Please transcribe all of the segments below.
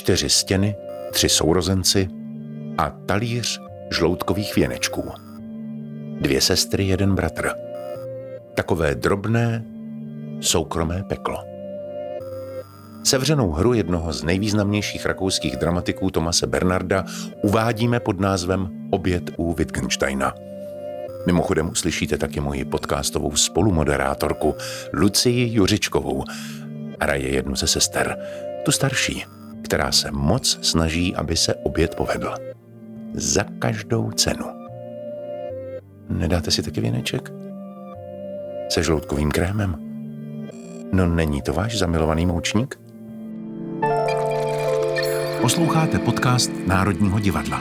4 stěny, 3 sourozenci a talíř žloutkových věnečků. 2 sestry, 1 bratr. Takové drobné, soukromé peklo. Sevřenou hru jednoho z nejvýznamnějších rakouských dramatiků Thomase Bernharda uvádíme pod názvem Oběd u Wittgensteina. Mimochodem uslyšíte taky moji podcastovou spolumoderátorku Lucii Juřičkovou. Hraje jednu ze sester, tu starší, která se moc snaží, aby se oběd povedl. Za každou cenu. Nedáte si taky věneček? Se žloutkovým krémem? No není to váš zamilovaný moučník? Posloucháte podcast Národního divadla.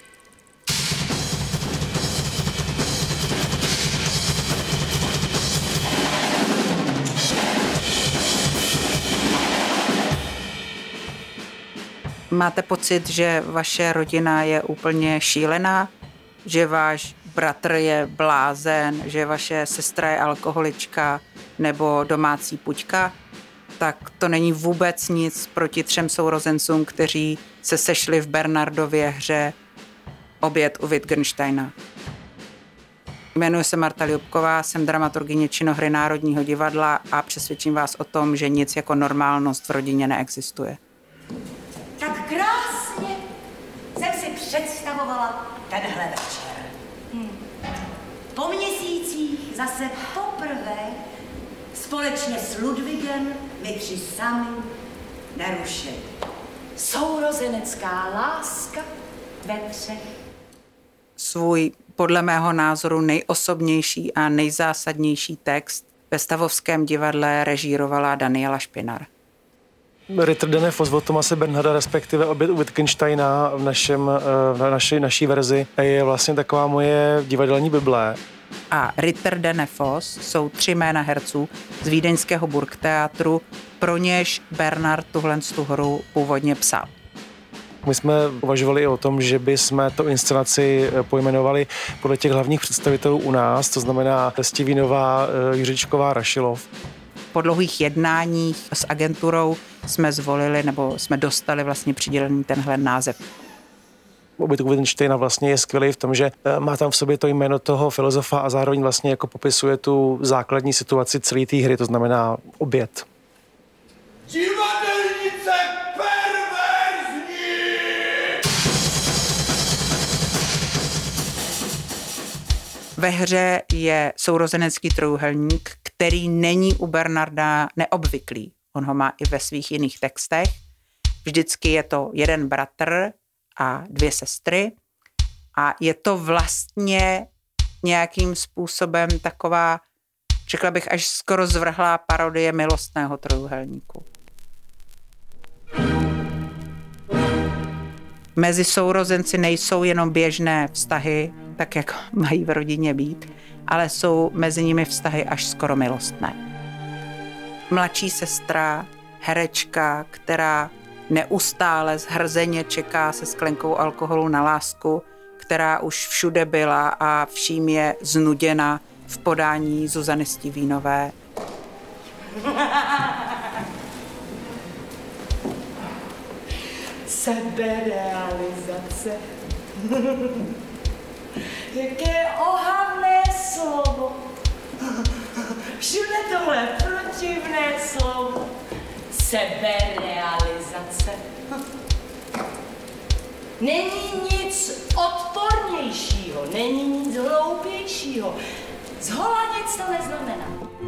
Máte pocit, že vaše rodina je úplně šílená? Že váš bratr je blázen, že vaše sestra je alkoholička nebo domácí puťka? Tak to není vůbec nic proti 3 sourozencům, kteří se sešli v Bernhardově hře Oběd u Wittgensteina. Jmenuji se Marta Ljubková, jsem dramaturgyně činohry Národního divadla a přesvědčím vás o tom, že nic jako normálnost v rodině neexistuje. Tak krásně jsem si představovala tenhle večer. Po měsících zase poprvé společně s Ludwigem my 3 sami narušili. Sourozenecká láska ve 3. Svůj podle mého názoru nejosobnější a nejzásadnější text ve Stavovském divadle režírovala Daniela Špinar. Ritter der Nefos od Thomase Bernharda, respektive Oběd u Wittgensteina v naší verzi, je vlastně taková moje divadelní bible. A Ritter der Nefos jsou 3 jména herců z vídeňského Burgtheatru, pro něž Bernhard tuhle hru původně psal. My jsme uvažovali i o tom, že bychom tu inscenaci pojmenovali podle těch hlavních představitelů u nás, to znamená Stivínová, Juřičková, Rašilov. Po dlouhých jednáních s agenturou jsme zvolili, nebo jsme dostali vlastně přidělený tenhle název. Oběd u Wittgensteina vlastně je skvělý v tom, že má tam v sobě to jméno toho filozofa a zároveň vlastně jako popisuje tu základní situaci celé té hry, to znamená oběd. Divadelnice perverzní! Ve hře je sourozenecký trojúhelník, který není u Bernharda neobvyklý. On ho má i ve svých jiných textech. Vždycky je to 1 bratr a 2 sestry. A je to vlastně nějakým způsobem taková, řekla bych, až skoro zvrhlá parodie milostného trojúhelníku. Mezi sourozenci nejsou jenom běžné vztahy, tak jak mají v rodině být, ale jsou mezi nimi vztahy až skoro milostné. Mladší sestra, herečka, která neustále zhrzeně čeká se sklenkou alkoholu na lásku, která už všude byla a vším je znuděna v podání Zuzany Stivínové. Seberealizace. Jaké ohavné slovo. Všude tohle protivné slovo. Seberealizace. Není nic odpornějšího, není nic hloupějšího. Zhola nic to neznamená.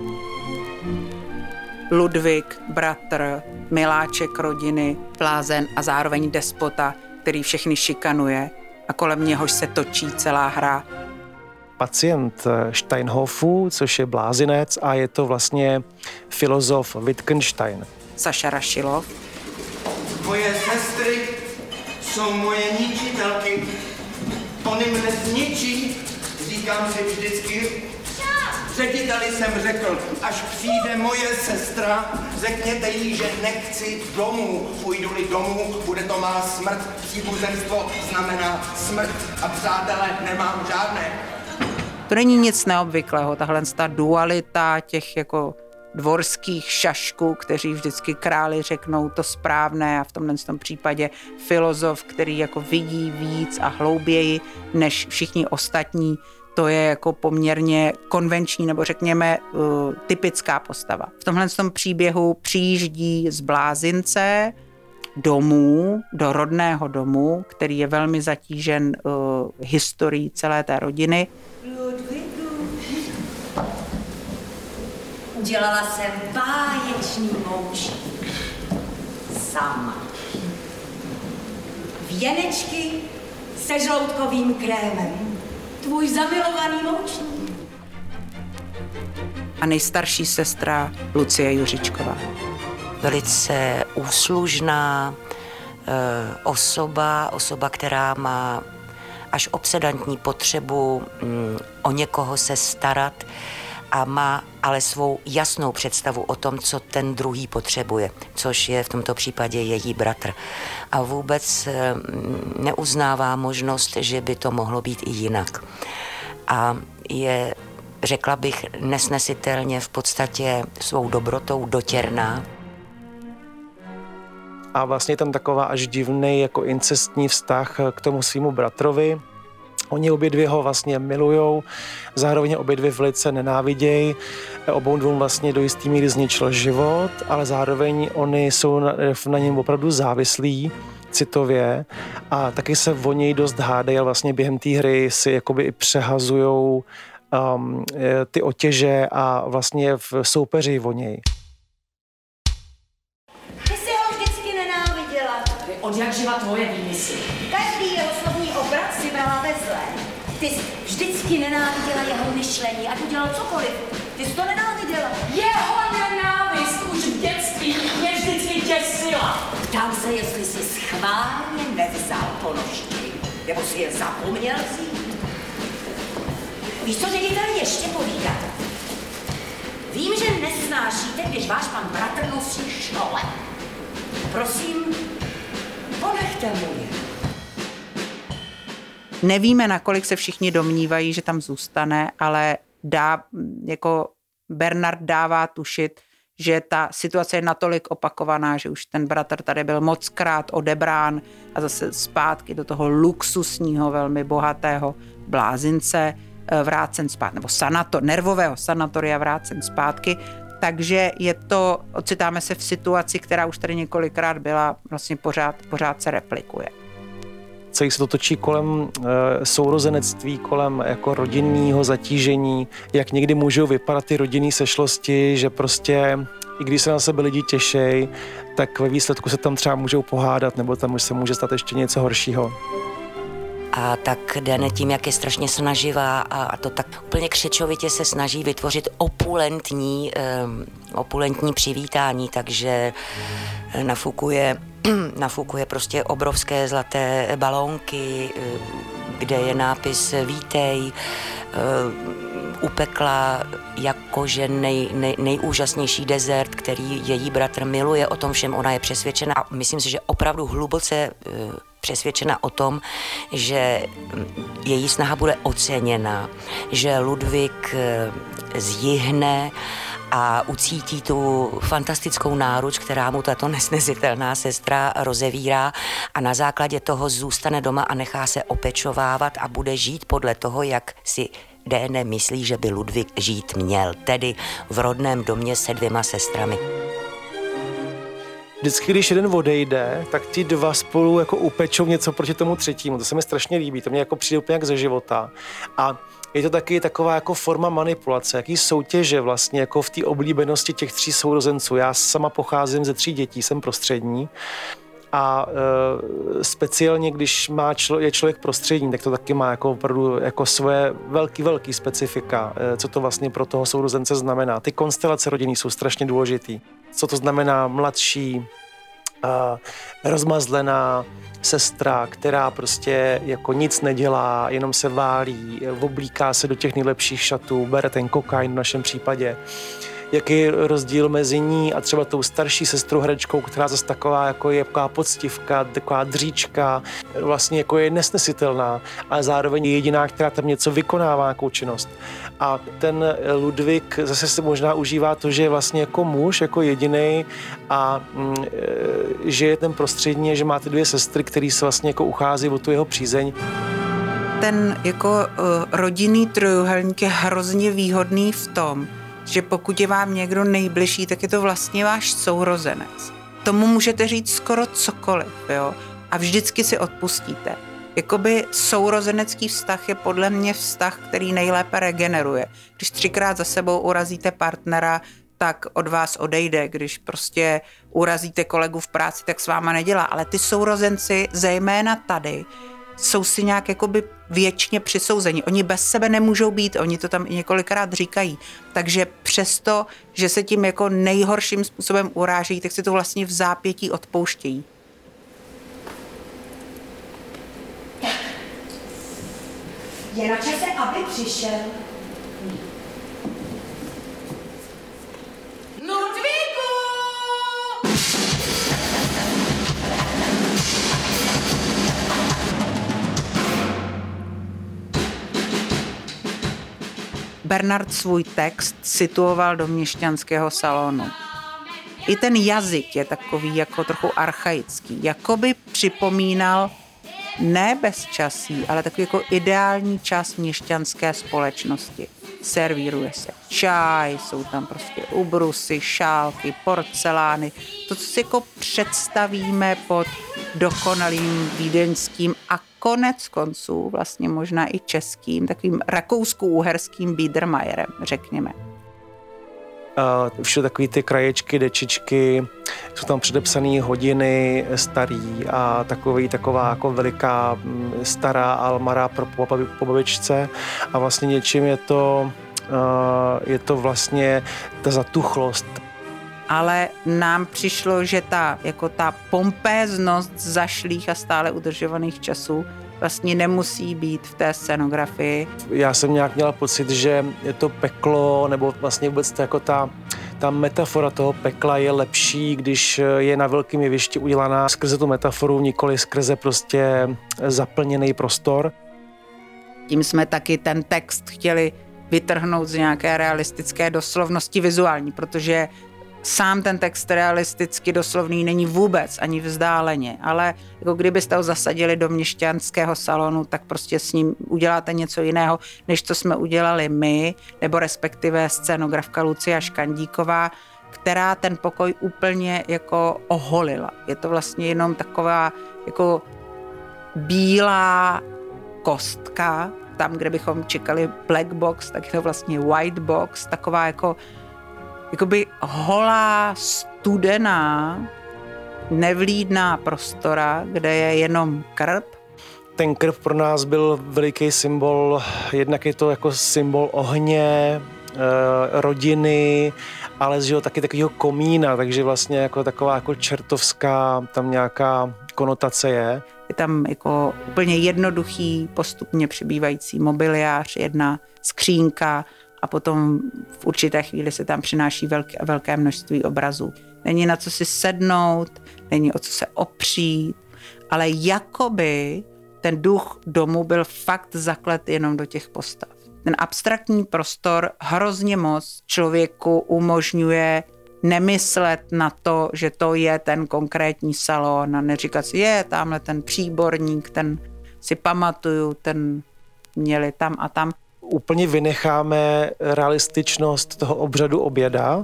Ludwig, bratr, miláček rodiny, blázen a zároveň despota, který všechny šikanuje a kolem něhož se točí celá hra. Pacient Steinhofu, což je blázinec a je to vlastně filozof Wittgenstein. Saša Rašilov. Moje sestry jsou moje ničitelky. Ony mne zničí, říkám si vždycky. Řediteli jsem řekl, až přijde moje sestra, řekněte jí, že nechci domů. Půjdu-li domů, bude to má smrt. Příbuzenstvo znamená smrt a přátelé nemám žádné. To není nic neobvyklého, tahle dualita těch jako dvorských šašků, kteří vždycky králi řeknou to správné a v tomhle případě filozof, který jako vidí víc a hlouběji než všichni ostatní. To je jako poměrně konvenční nebo řekněme typická postava. V tomhle příběhu přijíždí z blázince domů, do rodného domu, který je velmi zatížen historií celé té rodiny. Udělala jsem báječný moučník. Sama. Věnečky se žloutkovým krémem. Tvůj zamilovaný moučník. A nejstarší sestra Lucie Juřičková. Velice úslužná osoba, která má až obsedantní potřebu o někoho se starat a má ale svou jasnou představu o tom, co ten druhý potřebuje, což je v tomto případě její bratr. A vůbec neuznává možnost, že by to mohlo být i jinak. A je, řekla bych, nesnesitelně v podstatě svou dobrotou dotěrná. A vlastně je tam taková až divný jako incestní vztah k tomu svýmu bratrovi. Oni obě dvě ho vlastně milujou, zároveň obě dvě velice nenávidějí. Obou dvou vlastně do jistý míry zničil život, ale zároveň oni jsou na něm opravdu závislí citově a taky se o něj dost hádají, ale vlastně během té hry si jakoby i přehazujou ty otěže a vlastně v soupeři o něj. Ty jsi ho vždycky nenáviděla. Od jak živa tvoje výmysly? Každý jeho slovní obrat si brala ve zlé. Ty jsi vždycky nenáviděla jeho myšlení, ať udělal cokoliv. Ty jsi to nenáviděla. Jeho nenávist už v dětství mě vždycky děsila. Ptám se, jestli jsi schválně nevzal ponožky, nebo si je zapomněl vzít. Víš, co řediteli ještě povídat? Vím, že nesnášíte, když váš pan bratr nosí šole. Prosím, ponechte mu je. Nevíme, nakolik se všichni domnívají, že tam zůstane, ale jako Bernard dává tušit, že ta situace je natolik opakovaná, že už ten bratr tady byl mockrát odebrán a zase zpátky do toho luxusního, velmi bohatého blázince vrácen zpátky, nebo nervového sanatoria vrácen zpátky. Takže ocitáme se v situaci, která už tady několikrát byla, vlastně pořád se replikuje. Celý se to točí kolem sourozenectví, kolem jako rodinného zatížení, jak někdy můžou vypadat ty rodinné sešlosti, že prostě i když se na sebe lidi těšej, tak ve výsledku se tam třeba můžou pohádat, nebo tam už se může stát ještě něco horšího. A tak Dané tím, jak je strašně snaživá a to tak úplně křečovitě se snaží vytvořit opulentní přivítání, takže nafukuje prostě obrovské zlaté balónky, kde je nápis Vítej, upekla jakože nejúžasnější dezert, který její bratr miluje, o tom všem ona je přesvědčena a myslím si, že opravdu hluboce přesvědčena o tom, že její snaha bude oceněna, že Ludvík zjihne a ucítí tu fantastickou náruč, která mu tato nesnesitelná sestra rozevírá a na základě toho zůstane doma a nechá se opečovávat a bude žít podle toho, jak si Dané myslí, že by Ludvík žít měl, tedy v rodném domě se 2 sestrami. Vždycky, když jeden odejde, tak ti 2 spolu jako upečou něco proti tomu třetímu. To se mi strašně líbí, to mě jako přijde úplně jak ze života. A je to taky taková jako forma manipulace, jaký soutěže vlastně jako v té oblíbenosti těch 3 sourozenců. Já sama pocházím ze 3 dětí, jsem prostřední. A speciálně, když je člověk prostřední, tak to taky má jako opravdu jako svoje velký specifika, co to vlastně pro toho sourozence znamená. Ty konstelace rodinný jsou strašně důležitý. Co to znamená mladší, rozmazlená sestra, která prostě jako nic nedělá, jenom se válí, oblíká se do těch nejlepších šatů, bere ten kokain v našem případě. jaký je rozdíl mezi ní a třeba tou starší sestrou herečkou, která zase taková jako je taková poctivka, taková dříčka, vlastně jako je nesnesitelná, ale zároveň je jediná, která tam něco vykonává, nějakou činnost. A ten Ludvík zase se možná užívá to, že je vlastně jako muž, jako jedinej a že je ten prostřední, že má ty 2 sestry, které se vlastně jako uchází o tu jeho přízeň. Ten jako rodinný trojúhelník je hrozně výhodný v tom, že pokud je vám někdo nejbližší, tak je to vlastně váš sourozenec. Tomu můžete říct skoro cokoliv, jo? A vždycky si odpustíte. Jakoby sourozenecký vztah je podle mě vztah, který nejlépe regeneruje. Když 3krát za sebou urazíte partnera, tak od vás odejde. Když prostě urazíte kolegu v práci, tak s váma nedělá. Ale ty sourozenci, zejména tady, jsou si nějak jakoby věčně přisouzeni. Oni bez sebe nemůžou být, oni to tam i několikrát říkají. Takže přesto, že se tím jako nejhorším způsobem urážejí, tak si to vlastně v zápětí odpouštějí. Je na čase, aby přišel. Ludvíku! Bernard svůj text situoval do měšťanského salonu. I ten jazyk je takový jako trochu archaický. Jakoby připomínal ne bezčasí, ale takový jako ideální čas měšťanské společnosti. Servíruje se čaj, jsou tam prostě ubrusy, šálky, porcelány. To, co si jako představíme pod dokonalým vídeňským a konec konců vlastně možná i českým, takovým rakousko-uherským Biedermeierem, řekněme. Všude takový ty kraječky, dečičky, jsou tam předepsané hodiny starý a taková jako veliká stará almara po babičce a vlastně něčím je to vlastně ta zatuchlost. Ale nám přišlo, že ta pompéznost zašlých a stále udržovaných časů vlastně nemusí být v té scenografii. Já jsem nějak měla pocit, že je to peklo, nebo vlastně vůbec to jako ta metafora toho pekla je lepší, když je na velkém jevišti udělaná skrze tu metaforu, nikoli skrze prostě zaplněný prostor. Tím jsme taky ten text chtěli vytrhnout z nějaké realistické doslovnosti vizuální, protože sám ten text realisticky doslovný není vůbec ani vzdáleně, ale jako kdybyste ho zasadili do měšťanského salonu, tak prostě s ním uděláte něco jiného, než co jsme udělali my, nebo respektive scénografka Lucia Škandíková, která ten pokoj úplně jako oholila. Je to vlastně jenom taková jako bílá kostka, tam, kde bychom čekali black box, tak je to vlastně white box, taková jakoby holá, studená, nevlídná prostora, kde je jenom krb. Ten krb pro nás byl veliký symbol, jednak je to jako symbol ohně, rodiny, ale že jo, taky takového komína, takže vlastně jako taková jako čertovská tam nějaká konotace je. Je tam jako úplně jednoduchý, postupně přibývající mobiliář, jedna skřínka, a potom v určité chvíli se tam přináší velké množství obrazů. Není na co si sednout, není o co se opřít, ale jakoby ten duch domu byl fakt zaklet jenom do těch postav. Ten abstraktní prostor hrozně moc člověku umožňuje nemyslet na to, že to je ten konkrétní salon a neříkat si, je tamhle ten příborník, ten si pamatuju, ten měli tam a tam. Úplně vynecháme realističnost toho obřadu oběda.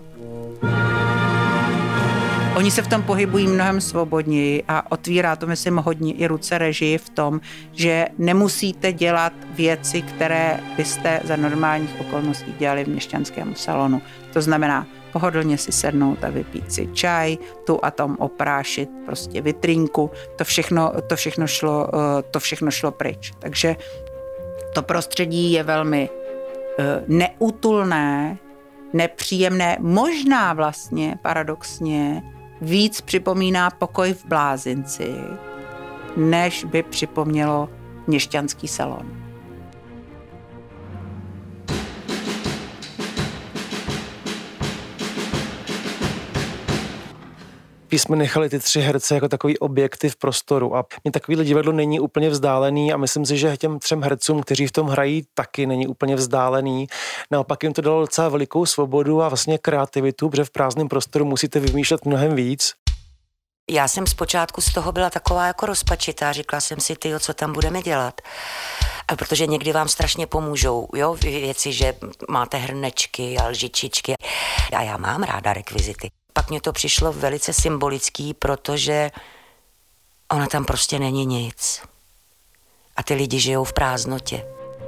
Oni se v tom pohybují mnohem svobodněji a otvírá to, myslím, hodně i ruce režii v tom, že nemusíte dělat věci, které byste za normálních okolností dělali v měšťanském salonu. To znamená pohodlně si sednout a vypít si čaj, tu a tam oprášit prostě vitrínku. To všechno šlo pryč. Takže to prostředí je velmi neútulné, nepříjemné, možná vlastně paradoxně víc připomíná pokoj v blázinci, než by připomnělo měšťanský salon. spíš jsme nechali ty 3 herce jako takový objekty v prostoru a mě takovýhle divadlo není úplně vzdálený a myslím si, že těm 3 hercům, kteří v tom hrají, taky není úplně vzdálený. Naopak jim to dalo docela velikou svobodu a vlastně kreativitu, protože v prázdném prostoru musíte vymýšlet mnohem víc. Já jsem zpočátku z toho byla taková jako rozpačitá, říkala jsem si, tyjo, co tam budeme dělat. A protože někdy vám strašně pomůžou, jo, věci, že máte hrnečky a lžičičky. A já mám ráda rekvizity. Pak mně to přišlo velice symbolický, protože ona tam prostě není nic. A ty lidi žijou v prázdnotě.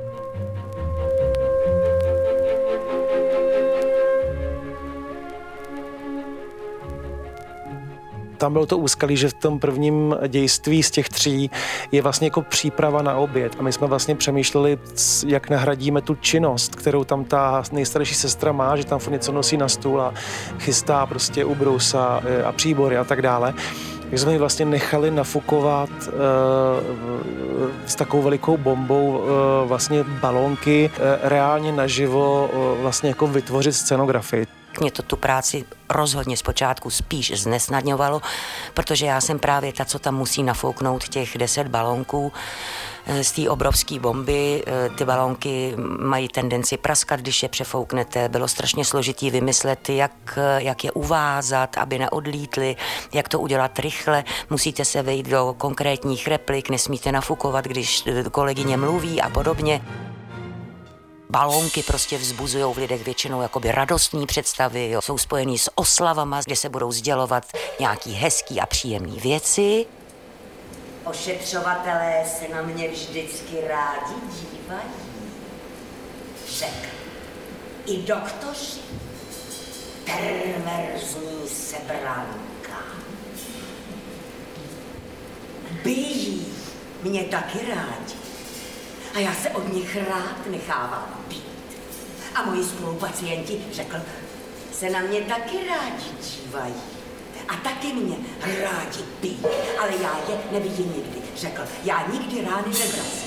Tam bylo to úskalí, že v tom prvním dějství z těch 3 je vlastně jako příprava na oběd. A my jsme vlastně přemýšleli, jak nahradíme tu činnost, kterou tam ta nejstarší sestra má, že tam furt něco nosí na stůl a chystá prostě ubrousa a příbory a tak dále. Takže jsme ji vlastně nechali nafukovat s takovou velikou bombou vlastně balónky, reálně naživo vlastně jako vytvořit scenografii. Mě to tu práci rozhodně zpočátku spíš znesnadňovalo, protože já jsem právě ta, co tam musí nafouknout těch 10 balónků z té obrovské bomby. Ty balónky mají tendenci praskat, když je přefouknete. Bylo strašně složitý vymyslet, jak je uvázat, aby neodlítly, jak to udělat rychle. Musíte se vejít do konkrétních replik, nesmíte nafukovat, když kolegyně mluví a podobně. Balónky prostě vzbuzují v lidech většinou jakoby radostní představy, jo. Jsou spojený s oslavama, kde se budou sdělovat nějaký hezký a příjemný věci. Ošetřovatelé se na mě vždycky rádi dívají, řekl. I doktoři, perverzní sebranka. Bijí mě taky rádi. A já se od nich rád nechávám být. A moji spolupacienti, řekl, se na mě taky rádi dívají. A taky mě rádi bijí. Ale já je nevidím nikdy. Řekl, já nikdy rány nevrazím.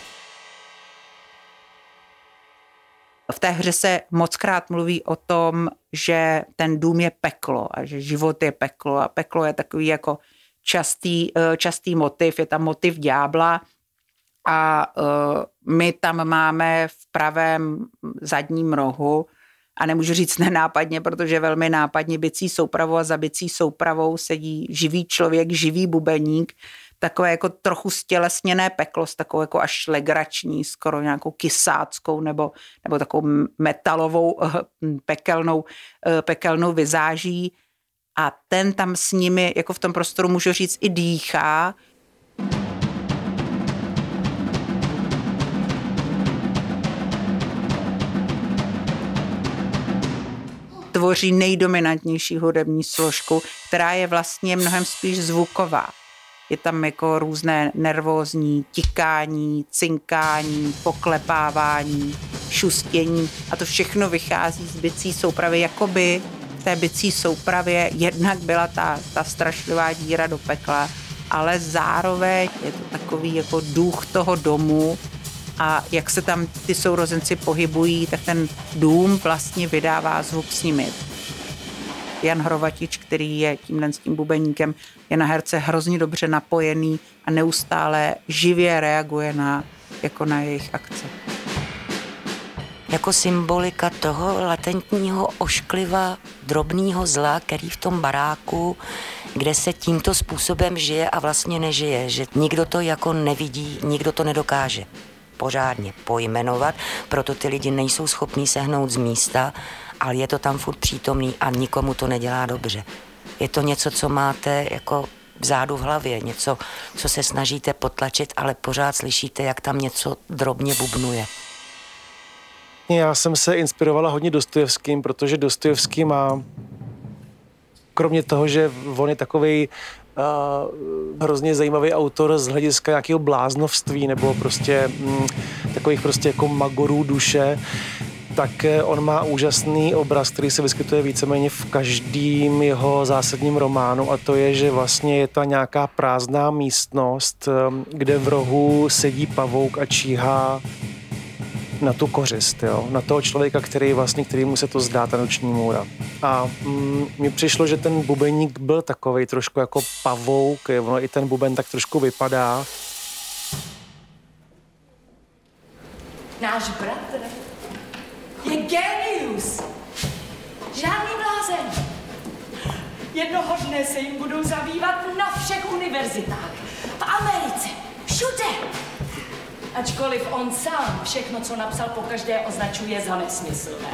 V té hře se mockrát mluví o tom, že ten dům je peklo a že život je peklo. A peklo je takový jako častý motiv, je tam motiv ďábla. A my tam máme v pravém zadním rohu, a nemůžu říct nenápadně, protože velmi nápadně bicí soupravou a za bicí soupravou sedí živý člověk, živý bubeník, takové jako trochu stělesněné peklo s takovou jako až legrační, skoro nějakou kysáckou nebo takovou metalovou pekelnou vizáží. A ten tam s nimi, jako v tom prostoru můžu říct, i dýchá. Tvoří nejdominantnější hudební složku, která je vlastně mnohem spíš zvuková. Je tam jako různé nervózní tikání, cinkání, poklepávání, šustění a to všechno vychází z bicí soupravy. Jakoby v té bicí soupravě jednak byla ta strašlivá díra do pekla, ale zároveň je to takový jako duch toho domu a jak se tam ty sourozenci pohybují, tak ten dům vlastně vydává zvuk s nimi. Jan Hrovatič, který je tímhle s tím bubeníkem, je na herce hrozně dobře napojený a neustále živě reaguje na jejich akce. Jako symbolika toho latentního oškliva, drobného zla, který v tom baráku, kde se tímto způsobem žije a vlastně nežije, že nikdo to jako nevidí, nikdo to nedokáže pořádně pojmenovat, proto ty lidi nejsou schopní sehnout z místa, ale je to tam furt přítomný a nikomu to nedělá dobře. Je to něco, co máte jako vzadu v hlavě, něco, co se snažíte potlačit, ale pořád slyšíte, jak tam něco drobně bubnuje. Já jsem se inspirovala hodně Dostojevským, protože Dostojevský má, kromě toho, že on je takovej hrozně zajímavý autor z hlediska nějakého bláznovství nebo prostě takových prostě jako magorů duše, tak on má úžasný obraz, který se vyskytuje víceméně v každém jeho zásadním románu a to je, že vlastně je ta nějaká prázdná místnost, kde v rohu sedí pavouk a číhá na tu kořist, jo? Na toho člověka, kterýmu se to zdá, ta noční můra. A mně přišlo, že ten bubeník byl takovej trošku jako pavouk, ono i ten buben tak trošku vypadá. Náš bratr je genius. Žádný blázen. Jednoho dne se jim budou zabývat na všech univerzitách. V Americe. Všude. Ačkoliv on sám všechno, co napsal, pokaždé označuje za nesmyslné.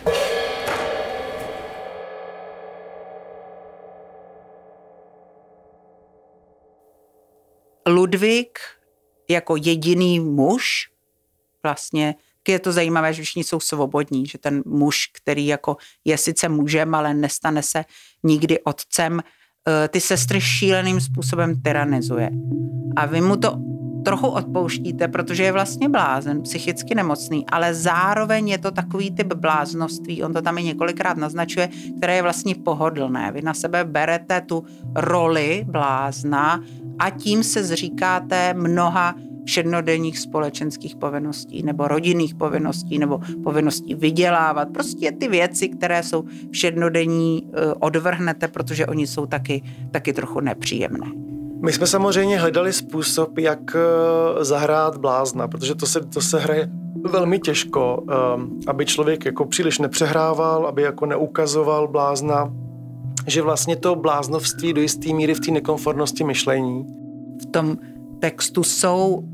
Ludvík jako jediný muž, vlastně, je to zajímavé, že všichni jsou svobodní, že ten muž, který jako je sice mužem, ale nestane se nikdy otcem, ty sestry šíleným způsobem tyranizuje. A vy mu to trochu odpouštíte, protože je vlastně blázen, psychicky nemocný, ale zároveň je to takový typ bláznoství, on to tam i několikrát naznačuje, které je vlastně pohodlné. Vy na sebe berete tu roli blázna a tím se zříkáte mnoha všednodenních společenských povinností nebo rodinných povinností nebo povinností vydělávat. Prostě ty věci, které jsou všednodenní, odvrhnete, protože oni jsou taky trochu nepříjemné. My jsme samozřejmě hledali způsob, jak zahrát blázna, protože to se hraje velmi těžko, aby člověk jako příliš nepřehrával, aby jako neukazoval blázna, že vlastně to bláznovství do jisté míry v té nekomfortnosti myšlení. V tom textu jsou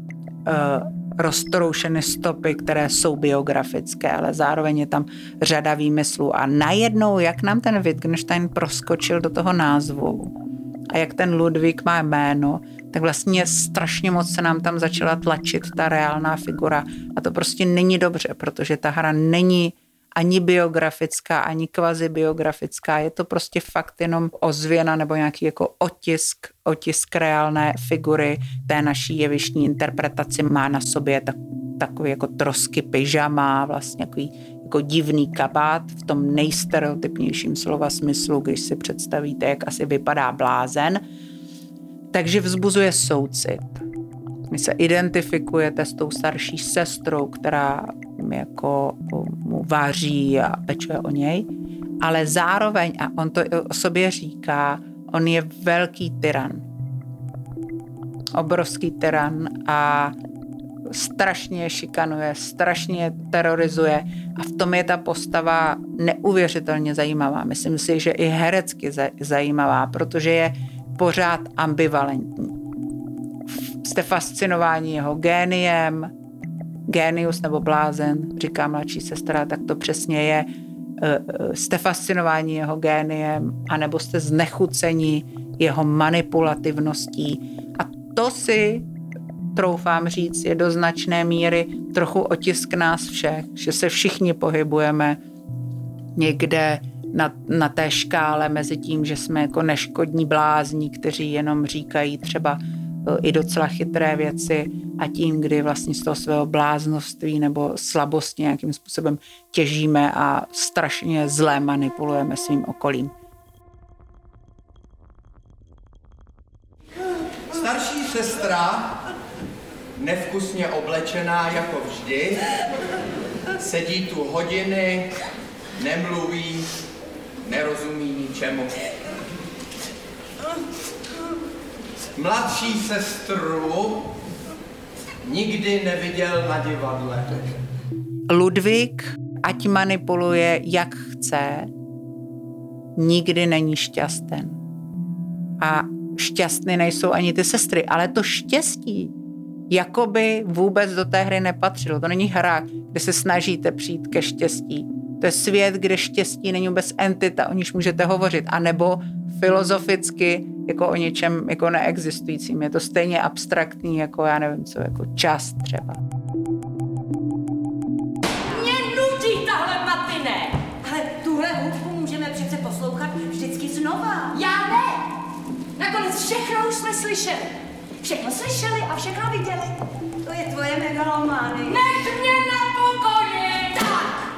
roztroušeny stopy, které jsou biografické, ale zároveň je tam řada výmyslů. A najednou, jak nám ten Wittgenstein proskočil do toho názvu a jak ten Ludvík má jméno, tak vlastně strašně moc se nám tam začala tlačit ta reálná figura. A to prostě není dobře, protože ta hra není ani biografická, ani kvazibiografická. Je to prostě fakt jenom ozvěna nebo nějaký jako otisk reálné figury té naší jevištní interpretaci. Má na sobě takový jako trosky pyžama, vlastně jako divný kabát v tom nejstereotypnějším slova smyslu, když si představíte, jak asi vypadá blázen. Takže vzbuzuje soucit. Vy se identifikujete s tou starší sestrou, která jako mu vaří a pečuje o něj, ale zároveň, a on to o sobě říká, on je velký tyran. Obrovský tyran a strašně je šikanuje, strašně je terorizuje a v tom je ta postava neuvěřitelně zajímavá. Myslím si, že i herecky zajímavá, protože je pořád ambivalentní. Jste fascinováni jeho géniem, génius nebo blázen, říká mladší sestra, tak to přesně je. Jste fascinováni jeho géniem, anebo jste znechuceni jeho manipulativností. A to si, troufám říct, je do značné míry trochu otisk nás všech, že se všichni pohybujeme někde na té škále mezi tím, že jsme jako neškodní blázni, kteří jenom říkají třeba i docela chytré věci a tím, kdy vlastně z toho svého bláznoství nebo slabosti nějakým způsobem těžíme a strašně zlé manipulujeme svým okolím. Starší sestra, nevkusně oblečená jako vždy, sedí tu hodiny, nemluví, nerozumí ničemu. Mladší sestru nikdy neviděl na divadle. Ludvík, ať manipuluje jak chce, nikdy není šťasten. A šťastný nejsou ani ty sestry, ale to štěstí jakoby vůbec do té hry nepatřilo. To není hra, kde se snažíte přijít ke štěstí. To je svět, kde štěstí není vůbec entita, o níž můžete hovořit, anebo filozoficky jako o něčem jako neexistujícím. Je to stejně abstraktní, jako já nevím co, jako čas třeba. Mě nudí tahle matiné. Ale tuhle hudbu můžeme přece poslouchat vždycky znova. Já ne. Nakonec všechno už jsme slyšeli. Všechno slyšeli a všechno viděli. To je tvoje megalomány. Nech mě na pokoji. Tak.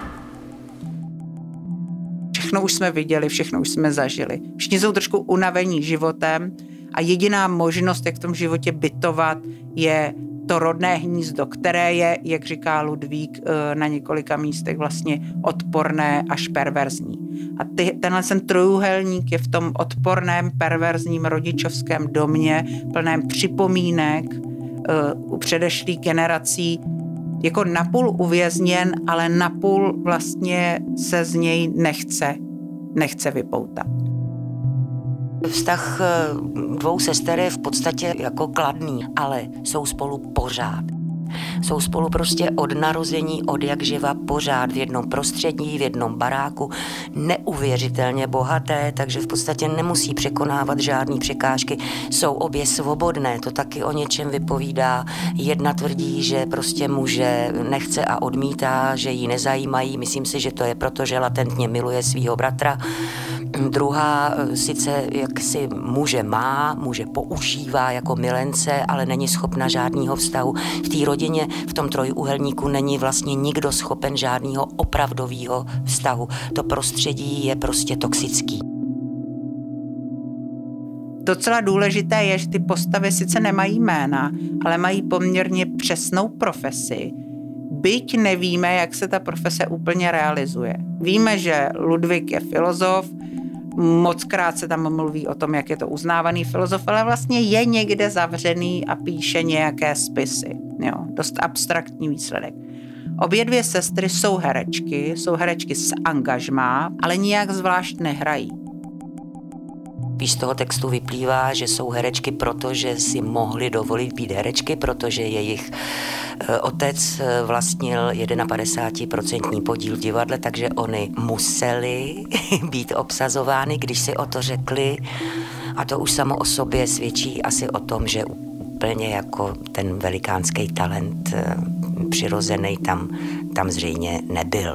Všechno už jsme viděli, všechno už jsme zažili. Všichni jsou trošku unavení životem a jediná možnost, jak v tom životě bytovat, je to rodné hnízdo, které je, jak říká Ludvík, na několika místech vlastně odporné až perverzní. A tenhle trojúhelník je v tom odporném, perverzním rodičovském domě, plném připomínek u předešlých generací, jako napůl uvězněn, ale napůl vlastně se z něj nechce vypoutat. Vztah dvou sester je v podstatě jako kladný, ale jsou spolu pořád. Jsou spolu prostě od narození, od jak živa pořád v jednom prostředí, v jednom baráku, neuvěřitelně bohaté, takže v podstatě nemusí překonávat žádný překážky. Jsou obě svobodné, to taky o něčem vypovídá. Jedna tvrdí, že prostě muže nechce a odmítá, že ji nezajímají. Myslím si, že to je proto, že latentně miluje svýho bratra. Druhá sice jaksi muže používá jako milence, ale není schopna žádného vztahu. V té rodině, v tom trojúhelníku není vlastně nikdo schopen žádného opravdového vztahu. To prostředí je prostě toxický. Docela důležité je, že ty postavy sice nemají jména, ale mají poměrně přesnou profesi. Byť nevíme, jak se ta profese úplně realizuje. Víme, že Ludvík je filozof, mockrát se tam mluví o tom, jak je to uznávaný filozof, ale vlastně je někde zavřený a píše nějaké spisy. Jo, dost abstraktní výsledek. Obě dvě sestry jsou herečky s angažmá, ale nijak zvlášť nehrají. Z toho textu vyplývá, že jsou herečky, protože si mohly dovolit být herečky, protože jejich otec vlastnil 51% podíl v divadle, takže oni museli být obsazovány, když si o to řekli. A to už samo o sobě svědčí asi o tom, že úplně jako ten velikánský talent přirozený tam zřejmě nebyl.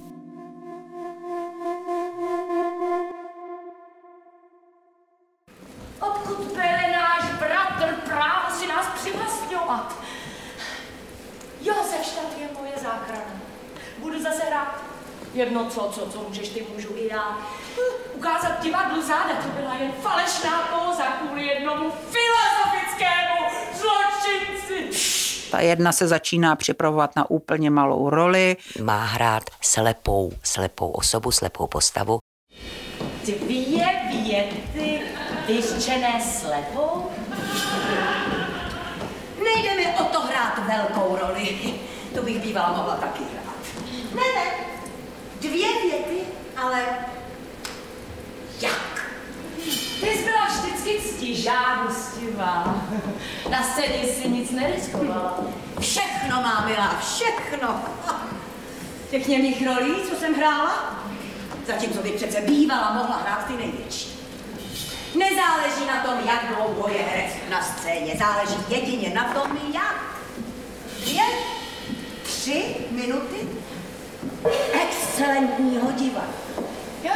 Jedno co můžeš ty, můžu i já. Ukázat divadlu záda, to byla jen falešná póza kvůli jednomu filozofickému zločinci. Ta jedna se začíná připravovat na úplně malou roli. Má hrát slepou osobu, slepou postavu. 2 věty vyřčené slepou? Nejde mi o to hrát velkou roli. To bych bývala mohla taky hrát. Ne, 2 věty, ale jak? Ty jsi byla vždycky ctižádostivá. Na scéně si nic neriskovala. Všechno, má milá, všechno. Těch němých rolí, co jsem hrála, zatímco bych přece bývala mohla hrát ty největší. Nezáleží na tom, jak dlouho je herec na scéně, záleží jedině na tom, jak. 2, 3 minuty excelentního divadla. Jo.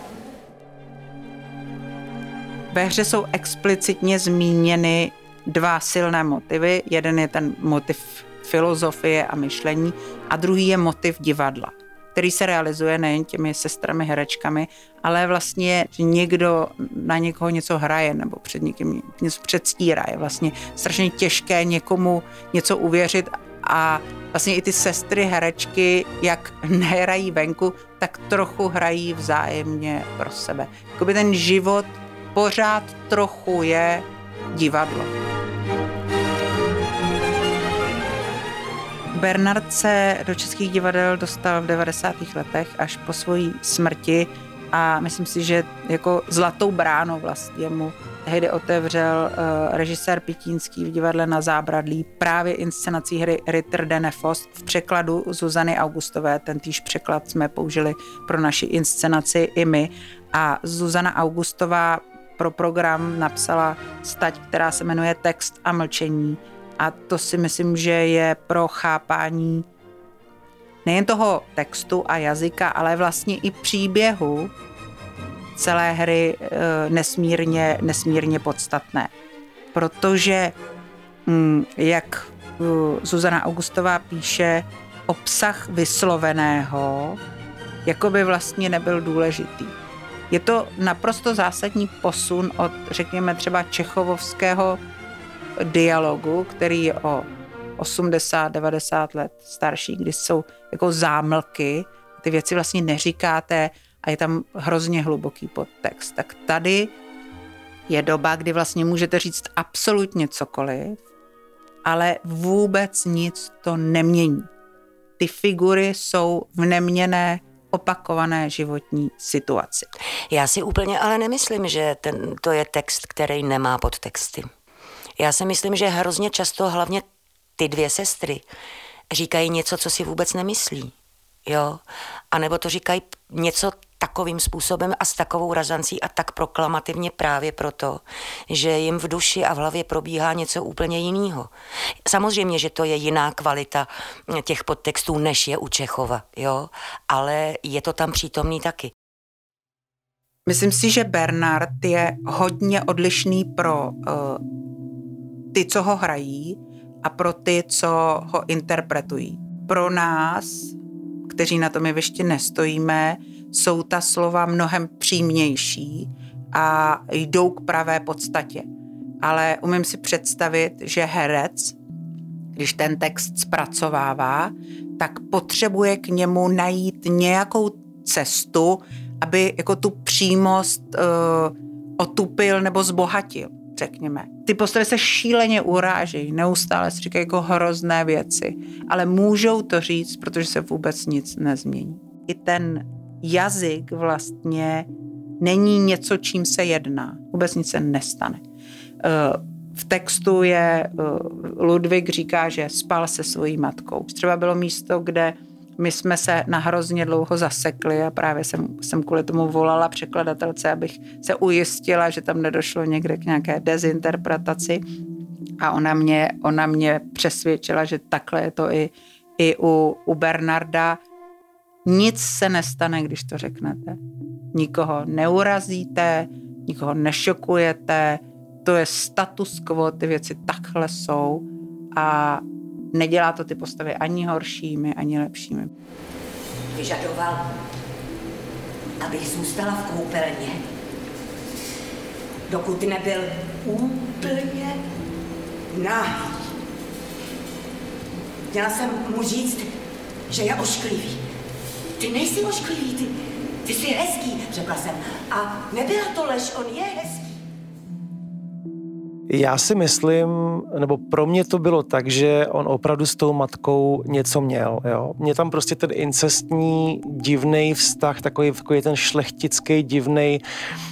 Ve hře jsou explicitně zmíněny 2 silné motivy. Jeden je ten motiv filozofie a myšlení a druhý je motiv divadla, který se realizuje nejen těmi sestrami herečkami, ale vlastně, že někdo na někoho něco hraje nebo před někým něco předstírá. Je vlastně strašně těžké někomu něco uvěřit a vlastně i ty sestry herečky, jak nehrají venku, tak trochu hrají vzájemně pro sebe. Jakoby ten život pořád trochu je divadlo. Bernard se do českých divadel dostal v 90. letech až po své smrti a myslím si, že jako zlatou bránou vlastně mu tehdy otevřel režisér Pitínský v divadle Na Zábradlí právě inscenací hry Ritter de Nefost v překladu Zuzany Augustové. Tentýž překlad jsme použili pro naši inscenaci i my. A Zuzana Augustová pro program napsala stať, která se jmenuje Text a mlčení. A to si myslím, že je pro chápání nejen toho textu a jazyka, ale vlastně i příběhu celé hry nesmírně podstatné. Protože, jak Zuzana Augustová píše, obsah vysloveného jako by vlastně nebyl důležitý. Je to naprosto zásadní posun od, řekněme, třeba čechovovského dialogu, který je o 80-90 let starší, kdy jsou jako zámlky, ty věci vlastně neříkáte a je tam hrozně hluboký podtext. Tak tady je doba, kdy vlastně můžete říct absolutně cokoliv, ale vůbec nic to nemění. Ty figury jsou v neměnné, opakované životní situaci. Já si úplně ale nemyslím, že to je text, který nemá podtexty. Já si myslím, že hrozně často hlavně ty dvě sestry říkají něco, co si vůbec nemyslí. Jo? A nebo to říkají něco takovým způsobem a s takovou razancí a tak proklamativně právě proto, že jim v duši a v hlavě probíhá něco úplně jiného. Samozřejmě, že to je jiná kvalita těch podtextů, než je u Čechova, jo? Ale je to tam přítomný taky. Myslím si, že Bernard je hodně odlišný pro ty, co ho hrají a pro ty, co ho interpretují. Pro nás, kteří na tom jevišti nestojíme, jsou ta slova mnohem přímější a jdou k pravé podstatě. Ale umím si představit, že herec, když ten text zpracovává, tak potřebuje k němu najít nějakou cestu, aby jako tu přímost otupil nebo zbohatil, řekněme. Ty postavy se šíleně urážejí, neustále si říkají jako hrozné věci, ale můžou to říct, protože se vůbec nic nezmění. I ten jazyk vlastně není něco, čím se jedná. Vůbec nic se nestane. V textu je Ludvík říká, že spal se svojí matkou. Třeba bylo místo, kde my jsme se na hrozně dlouho zasekli a právě jsem kvůli tomu volala překladatelce, abych se ujistila, že tam nedošlo někde k nějaké dezinterpretaci. A ona mě přesvědčila, že takhle je to i u Bernarda. Nic se nestane, když to řeknete. Nikoho neurazíte, nikoho nešokujete, to je status quo, ty věci takhle jsou a nedělá to ty postavy ani horšími, ani lepšími. Vyžadoval, abych zůstala v koupelně, dokud nebyl úplně nahý. Měla jsem mu říct, že je ošklivý. Ty nejsi ošklivý, ty jsi hezký, řekla jsem. A nebyla to lež, on je hezký. Já si myslím, nebo pro mě to bylo tak, že on opravdu s tou matkou něco měl. Jo. Mě tam prostě ten incestní divnej vztah, takový ten šlechtický divnej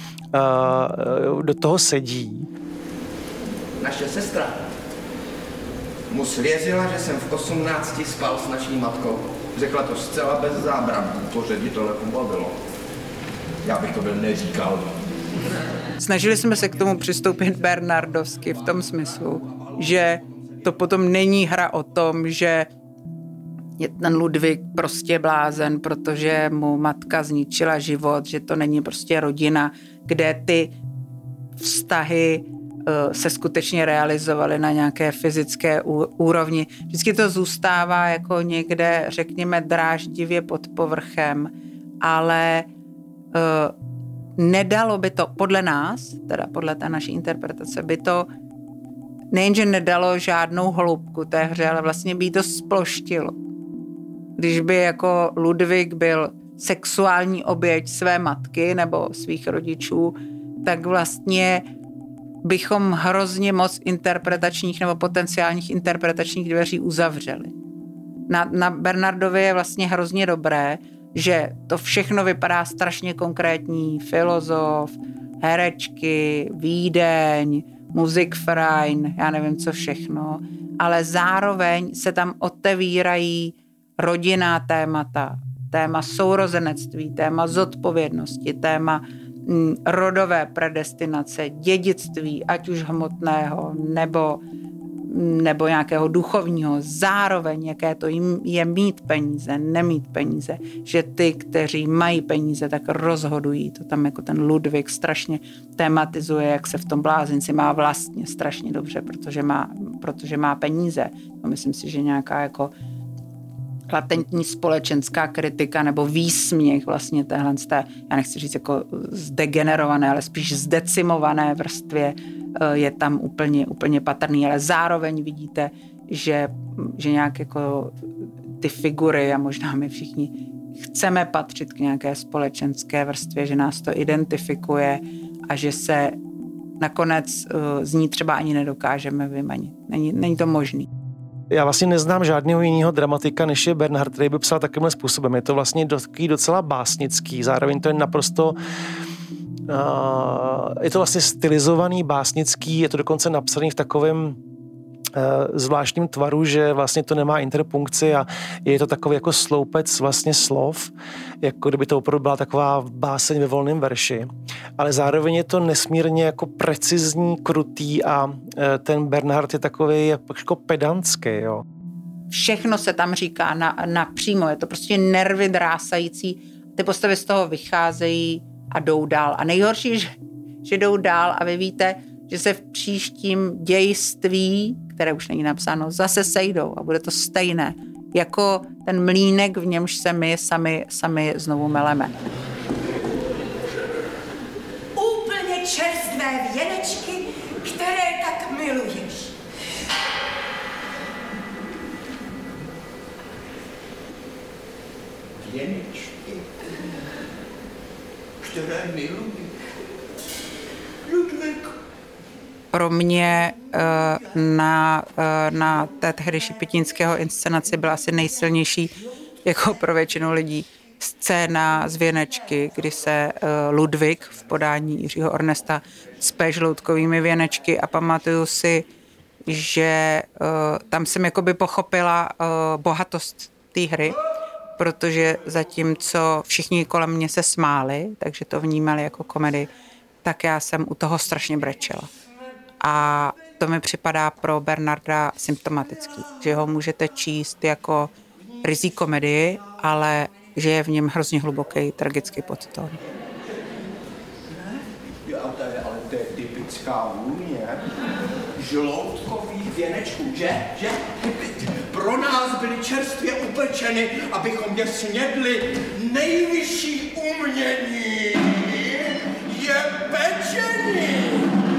do toho sedí. Naše sestra mu svěřila, že jsem v 18 spal s naší matkou. Řekla to zcela bez zábran, to ředitele pobavilo. Já bych to byl neříkal. Snažili jsme se k tomu přistoupit bernardovsky v tom smyslu, že to potom není hra o tom, že je ten Ludvík prostě blázen, protože mu matka zničila život, že to není prostě rodina, kde ty vztahy se skutečně realizovaly na nějaké fyzické úrovni. Vždycky to zůstává jako někde, řekněme, dráždivě pod povrchem, ale nedalo by to, podle nás, teda podle té naší interpretace, by to nejenže nedalo žádnou hloubku té hře, ale vlastně by to sploštilo. Když by jako Ludvík byl sexuální oběť své matky nebo svých rodičů, tak vlastně bychom hrozně moc interpretačních nebo potenciálních interpretačních dveří uzavřeli. Na Bernardovi je vlastně hrozně dobré, že to všechno vypadá strašně konkrétní. Filozof, herečky, Vídeň, Musikverein, já nevím co všechno, ale zároveň se tam otevírají rodinná témata, téma sourozenectví, téma zodpovědnosti, téma rodové predestinace, dědictví, ať už hmotného nebo nějakého duchovního, zároveň jaké to je mít peníze, nemít peníze, že ty, kteří mají peníze, tak rozhodují. To tam jako ten Ludvík strašně tematizuje, jak se v tom blázinci má vlastně strašně dobře, protože má peníze. No, myslím si, že nějaká jako latentní společenská kritika nebo výsměch vlastně téhle, já nechci říct jako zdegenerované, ale spíš zdecimované vrstvě je tam úplně patrný, ale zároveň vidíte, že nějak jako ty figury a možná my všichni chceme patřit k nějaké společenské vrstvě, že nás to identifikuje a že se nakonec z ní třeba ani nedokážeme vymanit. Není to možný. Já vlastně neznám žádného jiného dramatika, než je Bernhard, který by psal takovým způsobem. Je to vlastně docela básnický, zároveň to je naprosto je to vlastně stylizovaný, básnický, je to dokonce napsaný v takovém zvláštním tvaru, že vlastně to nemá interpunkci a je to takový jako sloupec vlastně slov, jako kdyby to opravdu byla taková báseň ve volném verši. Ale zároveň je to nesmírně jako precizní, krutý a ten Bernhard je takový jako pedantský, jo. Všechno se tam říká napřímo, je to prostě nervy drásající. Ty postavy z toho vycházejí a jdou dál. A nejhorší, že jdou dál a vy víte, že se v příštím dějství, které už není napsáno, zase sejdou a bude to stejné. Jako ten mlýnek, v němž se my sami znovu meleme. Úplně čerstvé věnečky, které tak miluješ. Věnečky, které miluji. Ludvík. Pro mě na té tehdy šipitínského inscenaci byla asi nejsilnější, jako pro většinu lidí, scéna z Věnečky, kdy se Ludvík v podání Jiřího Ornesta cpe žloutkovými věnečky a pamatuju si, že tam jsem jakoby pochopila bohatost té hry, protože zatímco všichni kolem mě se smáli, takže to vnímali jako komedii, tak já jsem u toho strašně brečela. A to mi připadá pro Bernarda symptomatický, že ho můžete číst jako ryzí komedii, ale že je v něm hrozně hluboký, tragický podtón. Ale to je typická vůně žloutkových věnečků, že? Pro nás byly čerstvě upečeny, abychom je snědli. Nejvyšší umění je pečení.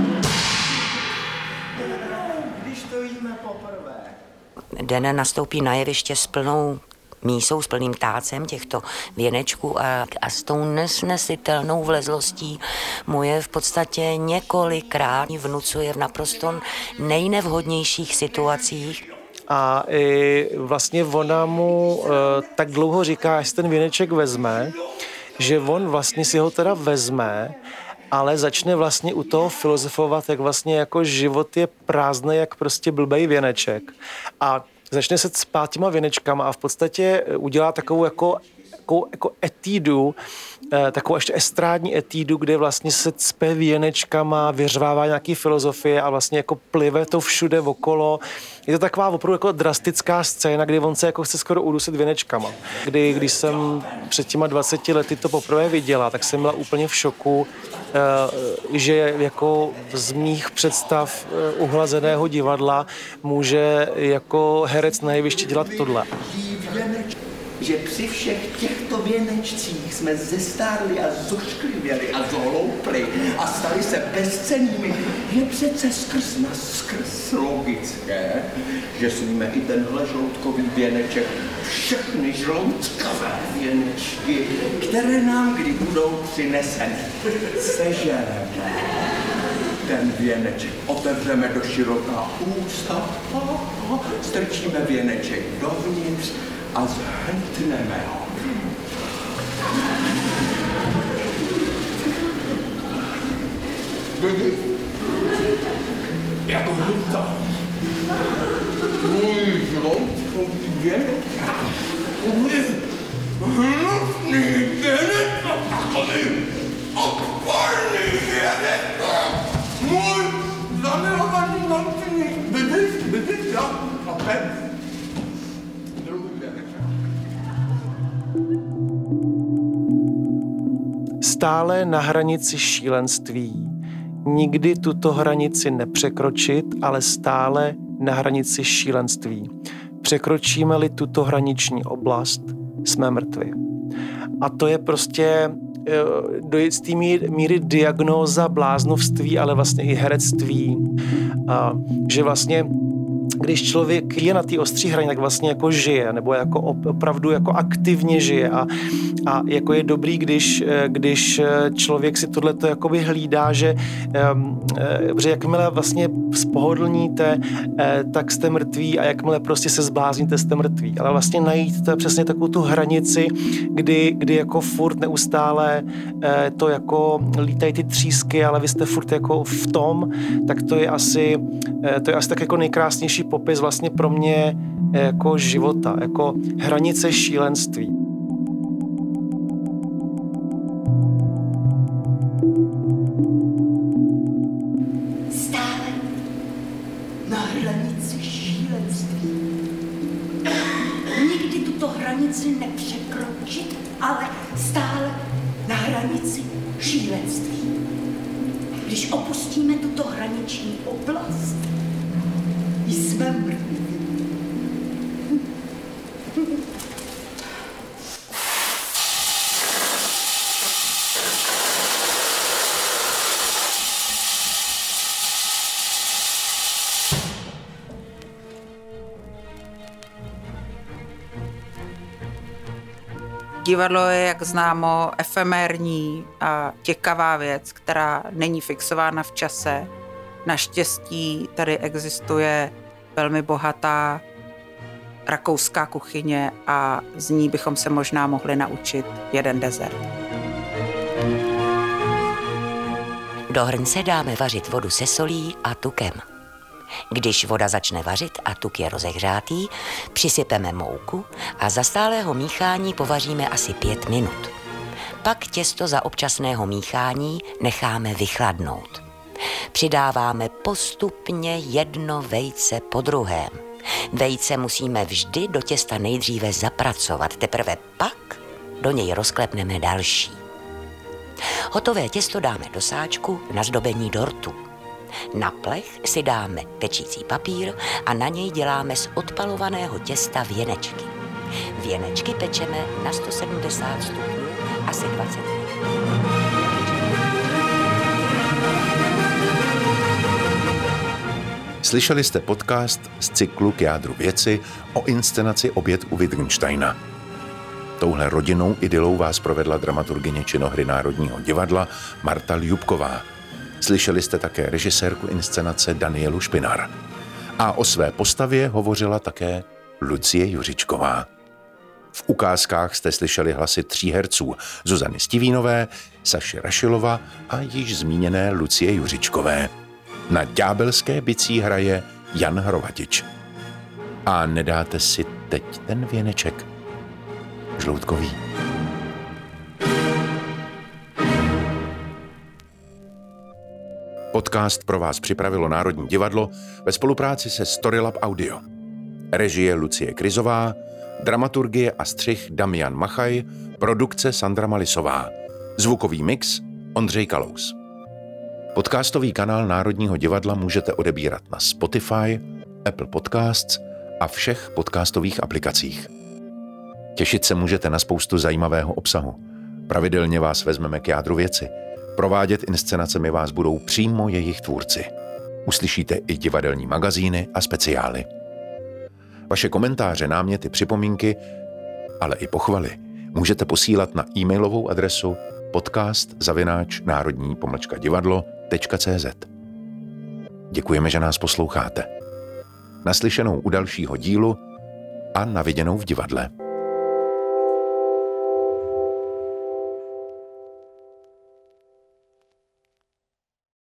Když to jíme poprvé. Den nastoupí na jeviště s plnou mísou, s plným tácem těchto věnečků a s tou nesnesitelnou vlezlostí mu je v podstatě několikrát vnucuje v naprosto nejnevhodnějších situacích. A vlastně ona mu tak dlouho říká, až ten věneček vezme, že on vlastně si ho teda vezme, ale začne vlastně u toho filozofovat, jak vlastně jako život je prázdný, jak prostě blbej věneček. A začne se cpát těma věnečkama a v podstatě udělá takovou jako etídu, takovou ještě estrádní etídu, kde vlastně se cpe věnečkama, vyřvává nějaký filozofie a vlastně jako plive to všude okolo. Je to taková opravdu jako drastická scéna, kdy on se jako chce skoro udusit věnečkama. Když jsem před těma 20 lety to poprvé viděla, tak jsem byla úplně v šoku, že jako z mých představ uhlazeného divadla může jako herec na jevišti dělat tohle. Že při všech těchto věnečcích jsme zestárli a zošklivěli a zhloupli a stali se bezcennými, je přece skrz logické, že smíme i tenhle žloutkový věneček, všechny žloutkavé věnečky, které nám kdy budou přineseny, sežereme. Ten věneček otevřeme do široká ústa, strčíme věneček dovnitř a zhltneme ho. Jako hluta. Můj žloutkový věneček. Můj hnutný věneček. Takový odporný věneček. Můj zamilovaný noční. Vidíš, já a pep. Stále na hranici šílenství. Nikdy tuto hranici nepřekročit, ale stále na hranici šílenství. Překročíme-li tuto hraniční oblast, jsme mrtvi. A to je prostě do jisté míry diagnóza bláznovství, ale vlastně i herectví. Že vlastně když člověk je na té ostří hraně, tak vlastně jako žije, nebo jako opravdu jako aktivně žije a jako je dobrý, když člověk si tohleto jakoby hlídá, že jakmile vlastně spohodlníte, tak jste mrtví a jakmile prostě se zblázníte, jste mrtví. Ale vlastně najít to přesně takovou tu hranici, kdy jako furt neustále to jako lítají ty třísky, ale vy jste furt jako v tom, tak to je asi tak jako nejkrásnější popis vlastně pro mě jako života, jako hranice šílenství. Stále na hranici šílenství. Nikdy tuto hranici nepřekročit, ale stále na hranici šílenství. Když opustíme tuto hraniční oblast, jsme mrtví. Divadlo je, jak známo, efemérní a těkavá věc, která není fixována v čase. Naštěstí tady existuje velmi bohatá rakouská kuchyně a z ní bychom se možná mohli naučit jeden dezert. Do hrnce dáme vařit vodu se solí a tukem. Když voda začne vařit a tuk je rozehřátý, přisypeme mouku a za stálého míchání povaříme asi 5 minut. Pak těsto za občasného míchání necháme vychladnout. Přidáváme postupně jedno vejce po druhém. Vejce musíme vždy do těsta nejdříve zapracovat, teprve pak do něj rozklepneme další. Hotové těsto dáme do sáčku na zdobení dortu. Na plech si dáme pečící papír a na něj děláme z odpalovaného těsta věnečky. Věnečky pečeme na 170 stupňů asi 20 minut. Slyšeli jste podcast z cyklu K jádru věci o inscenaci Oběd u Wittgensteina. Touhle rodinnou idylou vás provedla dramaturgyně činohry Národního divadla Marta Ljubková. Slyšeli jste také režisérku inscenace Danielu Špinar. A o své postavě hovořila také Lucie Juřičková. V ukázkách jste slyšeli hlasy 3 herců, Zuzany Stivínové, Saši Rašilova a již zmíněné Lucie Juřičkové. Na ďábelské bicí hraje Jan Hrovatič. A nedáte si teď ten věneček žloutkový? Podcast pro vás připravilo Národní divadlo ve spolupráci se Storylab Audio. Režie Lucie Kryzová, dramaturgie a střih Damian Machaj, produkce Sandra Malisová, zvukový mix Ondřej Kalous. Podcastový kanál Národního divadla můžete odebírat na Spotify, Apple Podcasts a všech podcastových aplikacích. Těšit se můžete na spoustu zajímavého obsahu. Pravidelně vás vezmeme k jádru věci. Provádět inscenacemi vás budou přímo jejich tvůrci. Uslyšíte i divadelní magazíny a speciály. Vaše komentáře, náměty, připomínky, ale i pochvaly můžete posílat na e-mailovou adresu podcast@národní-divadlo.cz. Děkujeme, že nás posloucháte. Naslyšenou u dalšího dílu a na viděnou v divadle.